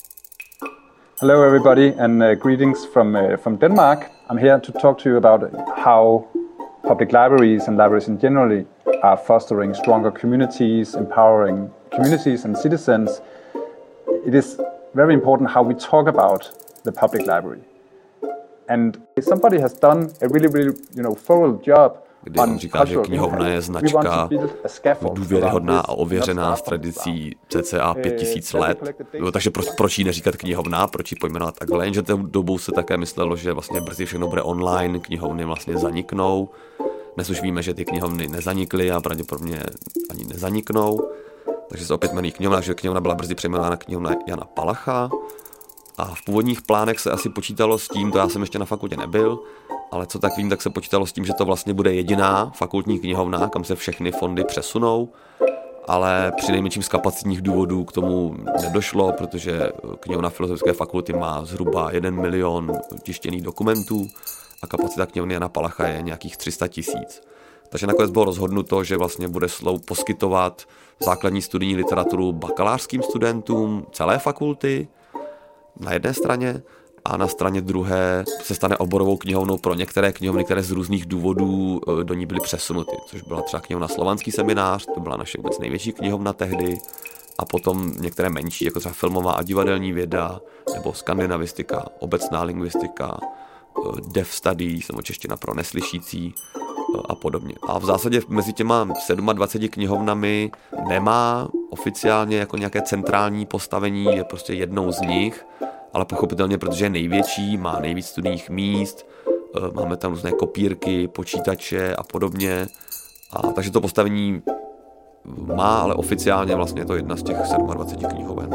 Hello everybody and uh, greetings from uh, from Denmark. I'm here to talk to you about how public libraries and libraries in general are fostering stronger communities, empowering communities and citizens. It is very important how we talk about the public library. And somebody has done a really, really, you know, thorough job. Kdy on říká, že knihovna je značka důvěryhodná a ověřená s tradicí cca pět tisíc let. No, takže proč, proč jí neříkat knihovna, proč ji pojmenovat takhle? Jenže tou dobou se také myslelo, že vlastně brzy všechno bude online, knihovny vlastně zaniknou. Dnes už víme, že ty knihovny nezanikly a pravděpodobně ani nezaniknou. Takže se opět jmenují knihovna, že knihovna byla brzy přejmenována knihovna Jana Palacha. A v původních plánech se asi počítalo s tím, to já jsem ještě na fakultě nebyl, ale co tak vím, tak se počítalo s tím, že to vlastně bude jediná fakultní knihovna, kam se všechny fondy přesunou, ale při nejmenším z kapacitních důvodů k tomu nedošlo, protože knihovna Filozofické fakulty má zhruba jeden milion tištěných dokumentů a kapacita knihovny Jana Palacha je nějakých tři sta tisíc. Takže nakonec bylo rozhodnuto, že vlastně bude slou poskytovat základní studijní literaturu bakalářským studentům celé fakulty na jedné straně, a na straně druhé se stane oborovou knihovnou pro některé knihovny, které z různých důvodů do ní byly přesunuty, což byla třeba knihovna Slovanský seminář, to byla naše vůbec největší knihovna tehdy, a potom některé menší, jako třeba filmová a divadelní věda, nebo skandinavistika, obecná lingvistika, deaf studies, nebo čeština pro neslyšící a podobně. A v zásadě mezi těma dvaceti sedmi knihovnami nemá oficiálně jako nějaké centrální postavení, je prostě jednou z nich, ale pochopitelně, protože je největší, má nejvíc studijních míst, máme tam různé kopírky, počítače a podobně. A takže to postavení má, ale oficiálně vlastně je to jedna z těch dvaceti sedmi knihoven.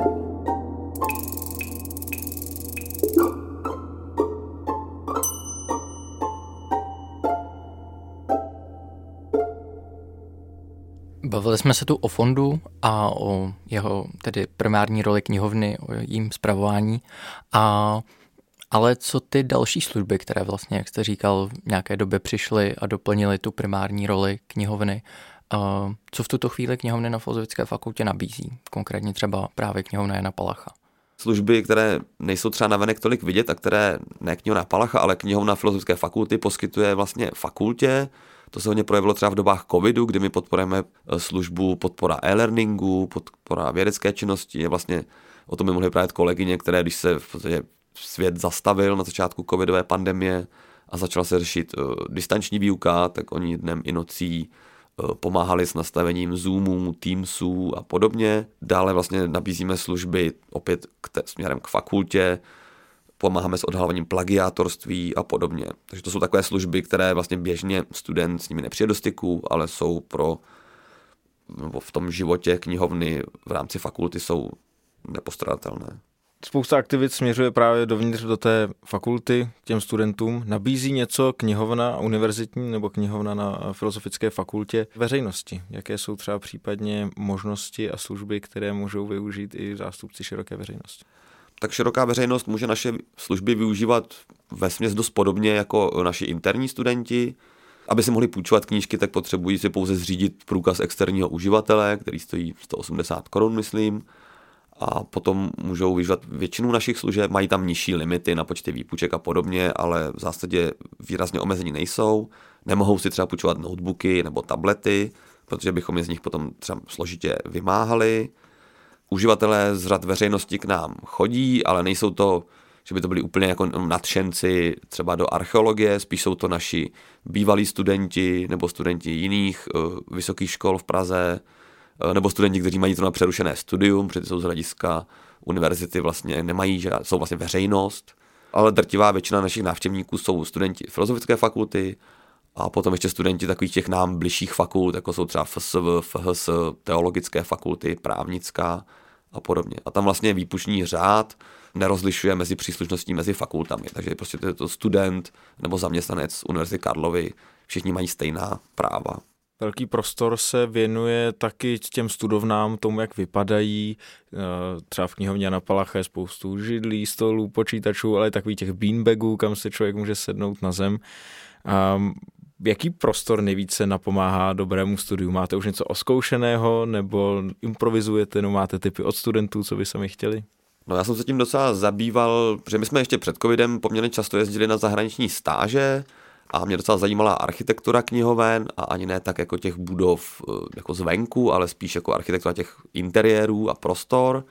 Bavili jsme se tu o fondu a o jeho tedy primární roli knihovny, o jejím spravování. A, ale co ty další služby, které vlastně, jak jste říkal, v nějaké době přišly a doplnily tu primární roli knihovny, a co v tuto chvíli knihovny na Filozofické fakultě nabízí? Konkrétně třeba právě knihovna Jana Palacha. Služby, které nejsou třeba navenek tolik vidět a které ne knihovna Palacha, ale knihovna Filozofické fakulty poskytuje vlastně fakultě. To se hodně projevilo třeba v dobách covidu, kdy my podporujeme službu podpora e-learningu, podpora vědecké činnosti. Vlastně o tom by mohly právě kolegyně, které když se v podstatě svět zastavil na začátku covidové pandemie a začala se řešit uh, distanční výuka, tak oni dnem i nocí uh, pomáhali s nastavením Zoomů, Teamsů a podobně. Dále vlastně nabízíme služby opět k te, směrem k fakultě, pomáháme s odhalováním plagiátorství a podobně. Takže to jsou takové služby, které vlastně běžně student s nimi nepřijde do styku, ale jsou pro nebo v tom životě knihovny v rámci fakulty jsou nepostradatelné. Spousta aktivit směřuje právě dovnitř do té fakulty těm studentům. Nabízí něco knihovna univerzitní nebo knihovna na Filozofické fakultě veřejnosti? Jaké jsou třeba případně možnosti a služby, které můžou využít i zástupci široké veřejnosti? Tak široká veřejnost může naše služby využívat vesměs dost podobně jako naši interní studenti. Aby si mohli půjčovat knížky, tak potřebují si pouze zřídit průkaz externího uživatele, který stojí sto osmdesát korun, myslím. a potom můžou využívat většinu našich služeb, mají tam nižší limity na počty výpůjček a podobně, ale v zásadě výrazně omezení nejsou. Nemohou si třeba půjčovat notebooky nebo tablety, protože bychom je z nich potom třeba složitě vymáhali. Uživatelé z řad veřejnosti k nám chodí, ale nejsou to, že by to byli úplně jako nadšenci třeba do archeologie, spíš jsou to naši bývalí studenti nebo studenti jiných uh, vysokých škol v Praze, uh, nebo studenti, kteří mají to na přerušené studium, protože jsou z hlediska univerzity vlastně nemají, že jsou vlastně veřejnost, ale drtivá většina našich návštěvníků jsou studenti filozofické fakulty a potom ještě studenti takových těch nám bližších fakult, jako jsou třeba F S V, F H S, teologické fakulty, právnická a podobně. A tam vlastně výpuční řád nerozlišuje mezi příslušností mezi fakultami, takže prostě to je to student nebo zaměstnanec Univerzity Karlovy, všichni mají stejná práva. Velký prostor se věnuje taky těm studovnám, tomu, jak vypadají. Třeba v knihovně Jana Palacha je spoustu židlí, stolů, počítačů, ale takových těch beanbagů, kam se člověk může sednout na zem. Um, jaký prostor nejvíce napomáhá dobrému studiu? Máte už něco oskoušeného nebo improvizujete, no máte tipy od studentů, co by sami chtěli? No já jsem se tím docela zabýval, protože my jsme ještě před covidem poměrně často jezdili na zahraniční stáže a mě docela zajímala architektura knihoven a ani ne tak jako těch budov jako zvenku, ale spíš jako architektura těch interiérů a prostor.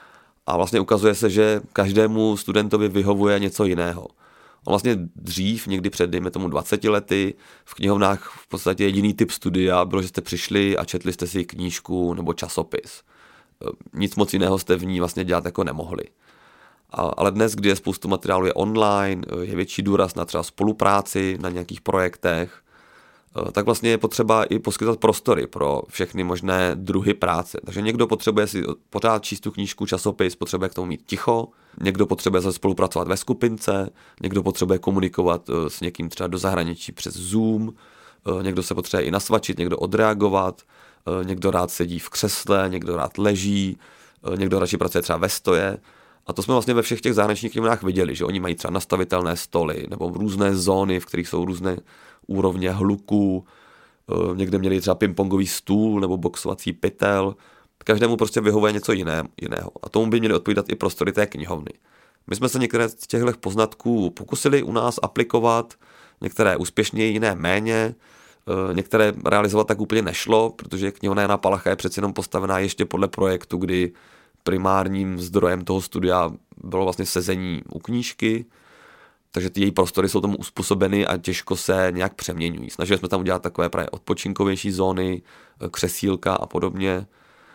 A vlastně ukazuje se, že každému studentovi vyhovuje něco jiného. A vlastně dřív, někdy před, dejme tomu dvaceti lety, v knihovnách v podstatě jediný typ studia bylo, že jste přišli a četli jste si knížku nebo časopis. Nic moc jiného jste v ní vlastně dělat jako nemohli. A, ale dnes, kdy je spoustu materiálu je online, je větší důraz na třeba spolupráci na nějakých projektech, tak vlastně je potřeba i poskytovat prostory pro všechny možné druhy práce. Takže někdo potřebuje si pořád číst tu knížku, časopis, potřebuje k tomu mít ticho, někdo potřebuje se spolupracovat ve skupince, někdo potřebuje komunikovat s někým třeba do zahraničí přes Zoom, někdo se potřebuje i nasvačit, někdo odreagovat, někdo rád sedí v křesle, někdo rád leží, někdo radši pracuje třeba ve stoje. A to jsme vlastně ve všech těch zahraničních knihovnách viděli, že oni mají třeba nastavitelné stoly nebo různé zóny, v kterých jsou různé úrovně hluku, někde měli třeba pingpongový stůl nebo boxovací pytel. Každému prostě vyhovuje něco jiné, jiného. A tomu by měly odpovídat i prostory té knihovny. My jsme se některé z těchto poznatků pokusili u nás aplikovat, některé úspěšněji, jiné méně. Některé realizovat tak úplně nešlo, protože knihovna Jana Palacha je přeci jenom postavená ještě podle projektu, kdy primárním zdrojem toho studia bylo vlastně sezení u knížky, takže ty její prostory jsou tomu uspůsobeny a těžko se nějak přeměňují. Snažili jsme tam udělat takové právě odpočinkovější zóny, křesílka a podobně,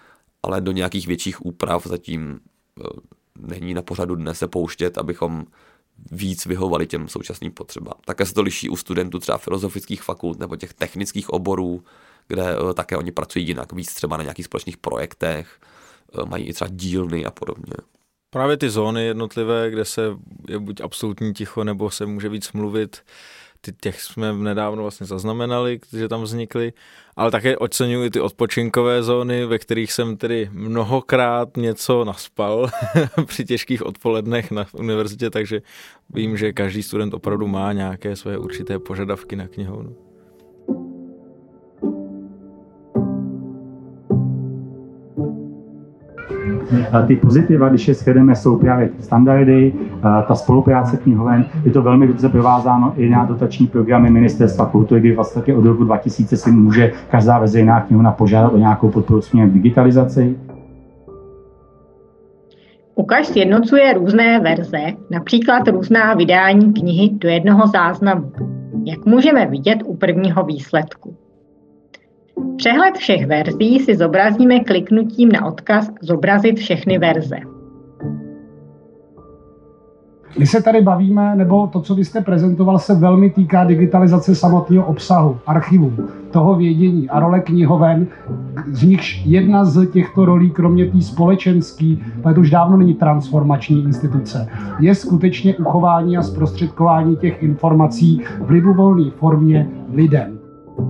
ale do nějakých větších úprav zatím není na pořadu dne se pouštět, abychom víc vyhovovali těm současným potřebám. Také se to liší u studentů třeba filozofických fakult nebo těch technických oborů, kde také oni pracují jinak, víc třeba na nějakých společných projektech, mají i třeba dílny a podobně. Právě ty zóny jednotlivé, kde se je buď absolutní ticho, nebo se může víc mluvit, ty těch jsme nedávno vlastně zaznamenali, že tam vznikly, ale také oceňuji ty odpočinkové zóny, ve kterých jsem tedy mnohokrát něco naspal při těžkých odpolednech na univerzitě, takže vím, že každý student opravdu má nějaké své určité požadavky na knihovnu. Ty pozitiva, když je shrneme, jsou právě ty standardy, ta spolupráce knihoven. Je to velmi dobře provázáno i na dotační programy Ministerstva kultury, kdy vlastně od roku dva tisíce si může každá veřejná knihovna požádat o nějakou podporu směrem k digitalizaci. Ukaž sjednocuje různé verze, například různá vydání knihy do jednoho záznamu. Jak můžeme vidět u prvního výsledku? Přehled všech verzí si zobrazíme kliknutím na odkaz Zobrazit všechny verze. My se tady bavíme, nebo to, co vy jste prezentoval, se velmi týká digitalizace samotného obsahu, archivů, toho vědění a role knihoven, z nichž jedna z těchto rolí, kromě té společenské, to už dávno není transformační instituce, je skutečně uchování a zprostředkování těch informací v libovolné formě lidem.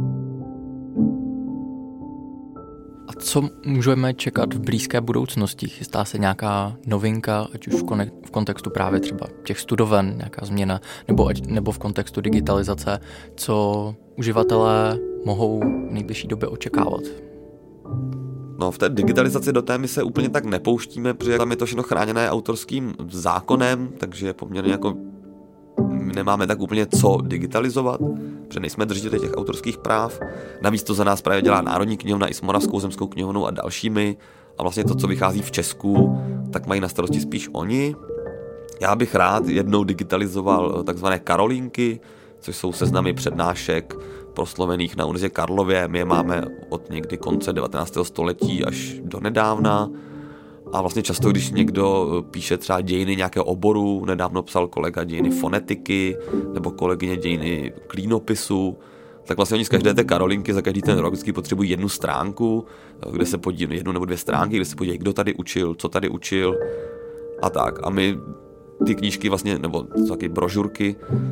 A co můžeme čekat v blízké budoucnosti? Chystá se nějaká novinka, ať už v, konek- v kontextu právě třeba těch studoven, nějaká změna, nebo, ať, nebo v kontextu digitalizace, co uživatelé mohou v nejbližší době očekávat? No, v té digitalizaci do té my se úplně tak nepouštíme, protože tam je to všechno chráněné autorským zákonem, takže poměrně jako nemáme tak úplně co digitalizovat, protože nejsme držiteli těch autorských práv. Navíc to za nás právě dělá Národní knihovna i s Moravskou zemskou knihovnou a dalšími. A vlastně to, co vychází v Česku, tak mají na starosti spíš oni. Já bych rád jednou digitalizoval takzvané Karolínky, což jsou seznamy přednášek proslovených na Univerzitě Karlově. My je máme od někdy konce devatenáctého století až do nedávna. A vlastně často, když někdo píše třeba dějiny nějakého oboru, nedávno psal kolega dějiny fonetiky nebo kolegyně dějiny klínopisu, tak vlastně oni z každé té Karolinky za každý ten rok vždycky potřebují jednu stránku, kde se podívají, jednu nebo dvě stránky, kde se podívají, kdo tady učil, co tady učil a tak. A my ty knížky vlastně, nebo taky brožurky,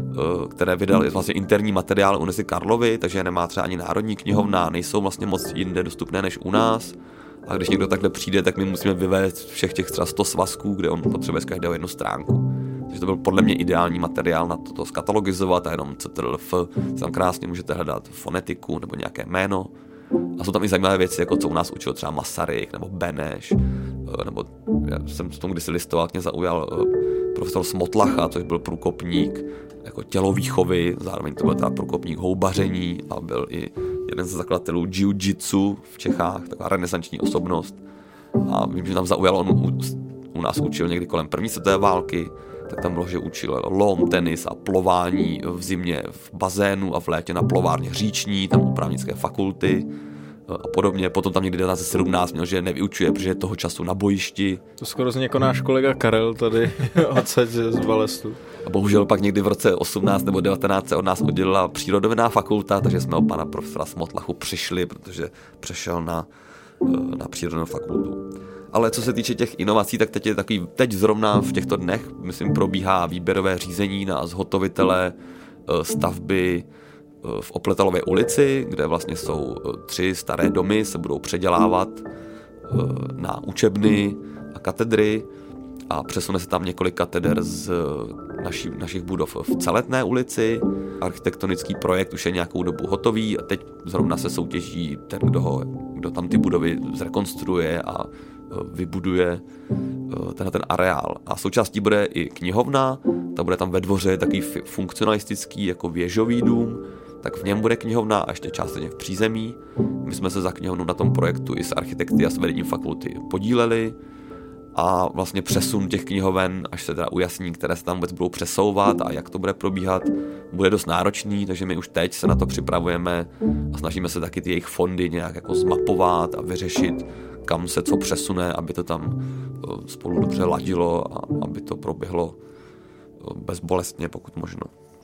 které vydali vlastně interní materiál Univerzity Karlovy, takže nemá třeba ani Národní knihovna, nejsou vlastně moc jinde dostupné než u nás. A když někdo takhle přijde, tak my musíme vyvést všech těch třeba sto svazků, kde on potřebuje z každého jednu stránku. Takže to byl podle mě ideální materiál na to, to skatalogizovat a jenom C T R L F. Tam krásně můžete hledat fonetiku nebo nějaké jméno. A jsou tam i zajímavé věci, jako co u nás učil třeba Masaryk nebo Beneš, nebo já jsem s tom kdysi listoval, mě zaujal profesor Smotlacha, což byl průkopník jako tělovýchovy, zároveň to byl teda průkopník houbaření a byl i jeden ze zakladatelů jiu-jitsu v Čechách, taková renesanční osobnost. A vím, že tam zaujal, on u, u nás učil někdy kolem první světové války, tak tam bylo, že učil lom, tenis a plování v zimě v bazénu a v létě na plovárně říční, tam u právnické fakulty a podobně. Potom tam někdy devatenáct set sedmnáct měl, že nevyučuje, protože je toho času na bojišti. To skoro zní jako náš kolega Karel tady odsaď z Balestu. A bohužel pak někdy v roce osmnáct nebo devatenáct se od nás oddělila přírodovědná fakulta, takže jsme o pana profesora Smotlachu přišli, protože přešel na, na přírodovědnou fakultu. Ale co se týče těch inovací, tak teď je takový, teď zrovna v těchto dnech, myslím, probíhá výběrové řízení na zhotovitele stavby v Opletalové ulici, kde vlastně jsou tři staré domy, se budou předělávat na učebny a katedry a přesune se tam několik kateder z naši, našich budov v Celetné ulici. Architektonický projekt už je nějakou dobu hotový a teď zrovna se soutěží ten, kdo, ho, kdo tam ty budovy zrekonstruuje a vybuduje tenhle ten areál. A součástí bude i knihovna, ta bude tam ve dvoře takový funkcionalistický jako věžový dům, tak v něm bude knihovna a ještě částečně v přízemí. My jsme se za knihovnu na tom projektu i s architekty a s vedením fakulty podíleli a vlastně přesun těch knihoven, až se teda ujasní, které se tam vůbec budou přesouvat a jak to bude probíhat, bude dost náročný, takže my už teď se na to připravujeme a snažíme se taky ty jejich fondy nějak jako zmapovat a vyřešit, kam se co přesune, aby to tam spolu dobře ladilo a aby to proběhlo bezbolestně, pokud možno.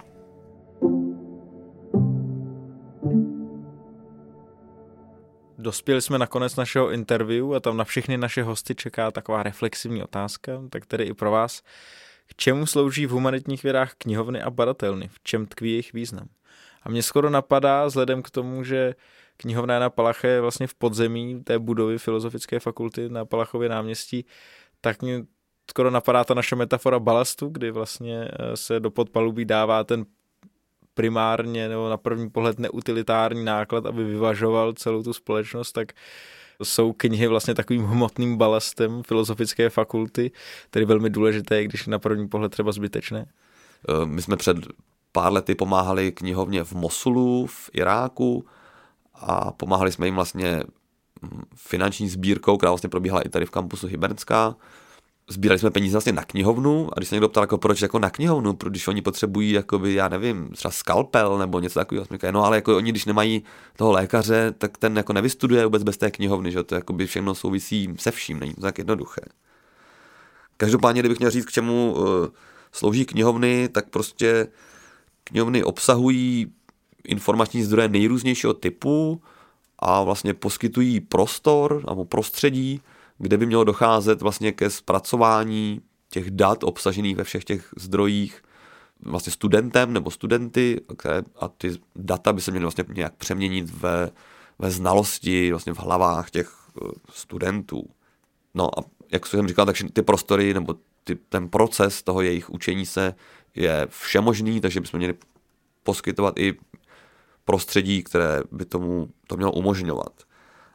Dospěli jsme na konec našeho interview a tam na všechny naše hosty čeká taková reflexivní otázka, tak tedy i pro vás. K čemu slouží v humanitních vědách knihovny a badatelny? V čem tkví jejich význam? A mě skoro napadá, vzhledem k tomu, že knihovna na Palache je vlastně v podzemí té budovy Filozofické fakulty na Palachově náměstí, tak mě skoro napadá ta naše metafora balastu, kdy vlastně se do podpalubí dává ten primárně nebo na první pohled neutilitární náklad, aby vyvažoval celou tu společnost, tak jsou knihy vlastně takovým hmotným balastem Filozofické fakulty, tedy velmi důležité, když na první pohled třeba zbytečné. My jsme před pár lety pomáhali knihovně v Mosulu, v Iráku a pomáhali jsme jim vlastně finanční sbírkou, která vlastně probíhala i tady v kampusu Hybernská. Sbírali jsme peníze vlastně na knihovnu a když se někdo ptal, jako proč jako na knihovnu, když oni potřebují, jakoby, já nevím, třeba skalpel nebo něco takového, jsme říkali, no ale jako oni, když nemají toho lékaře, tak ten jako nevystuduje vůbec bez té knihovny, že to jakoby všechno souvisí se vším, není to tak jednoduché. Každopádně, kdybych měl říct, k čemu uh, slouží knihovny, tak prostě knihovny obsahují informační zdroje nejrůznějšího typu a vlastně poskytují prostor nebo prostředí, kde by mělo docházet vlastně ke zpracování těch dat obsažených ve všech těch zdrojích vlastně studentem nebo studenty, které, a ty data by se měly vlastně nějak přeměnit ve, ve znalosti vlastně v hlavách těch studentů. No a jak jsem říkal, takže ty prostory nebo ty, ten proces toho jejich učení se je všemožný, takže bychom měli poskytovat i prostředí, které by tomu to mělo umožňovat.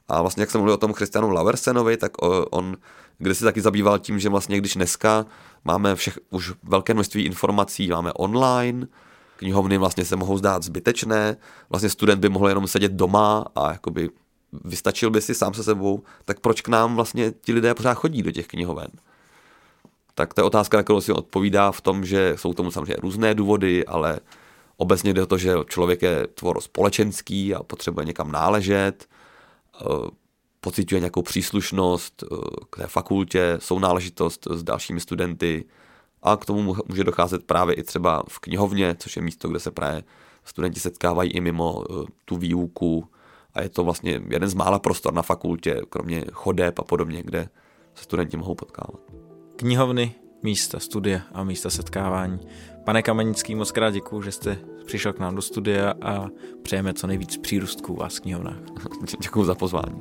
A vlastně, jak jsem mluvil o tom Christianu Laversenovi, tak on kde se taky zabýval tím, že vlastně když dneska máme všech, už velké množství informací, máme online, knihovny vlastně se mohou zdát zbytečné, vlastně student by mohl jenom sedět doma a jakoby vystačil by si sám se sebou, tak proč k nám vlastně ti lidé pořád chodí do těch knihoven? Tak to je otázka, na kterou si odpovídá v tom, že jsou tomu samozřejmě různé důvody, ale obecně jde o to, že člověk je tvor společenský a potřebuje někam náležet, pociťuje nějakou příslušnost k té fakultě, sounáležitost s dalšími studenty a k tomu může docházet právě i třeba v knihovně, což je místo, kde se právě studenti setkávají i mimo tu výuku a je to vlastně jeden z mála prostor na fakultě, kromě chodeb a podobně, kde se studenti mohou potkávat. Knihovny, místa studia a místa setkávání. Pane Kamenický, moc krát děkuju, že jste přišel k nám do studia a přejeme co nejvíc přírůstků u vás v knihovnách. Děkuju za pozvání.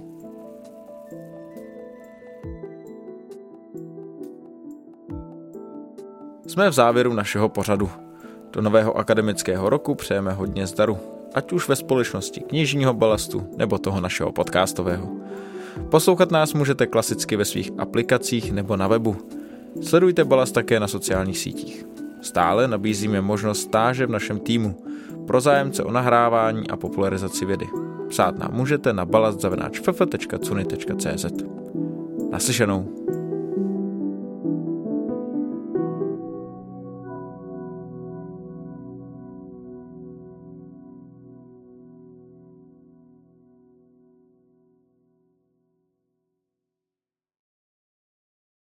Jsme v závěru našeho pořadu. Do nového akademického roku přejeme hodně zdaru, ať už ve společnosti knižního balastu nebo toho našeho podcastového. Poslouchat nás můžete klasicky ve svých aplikacích nebo na webu. Sledujte Balast také na sociálních sítích. Stále nabízíme možnost stáže v našem týmu pro zájemce o nahrávání a popularizaci vědy. Psát nám můžete na balast zavináč f f tečka cuny tečka c z. Naslyšenou.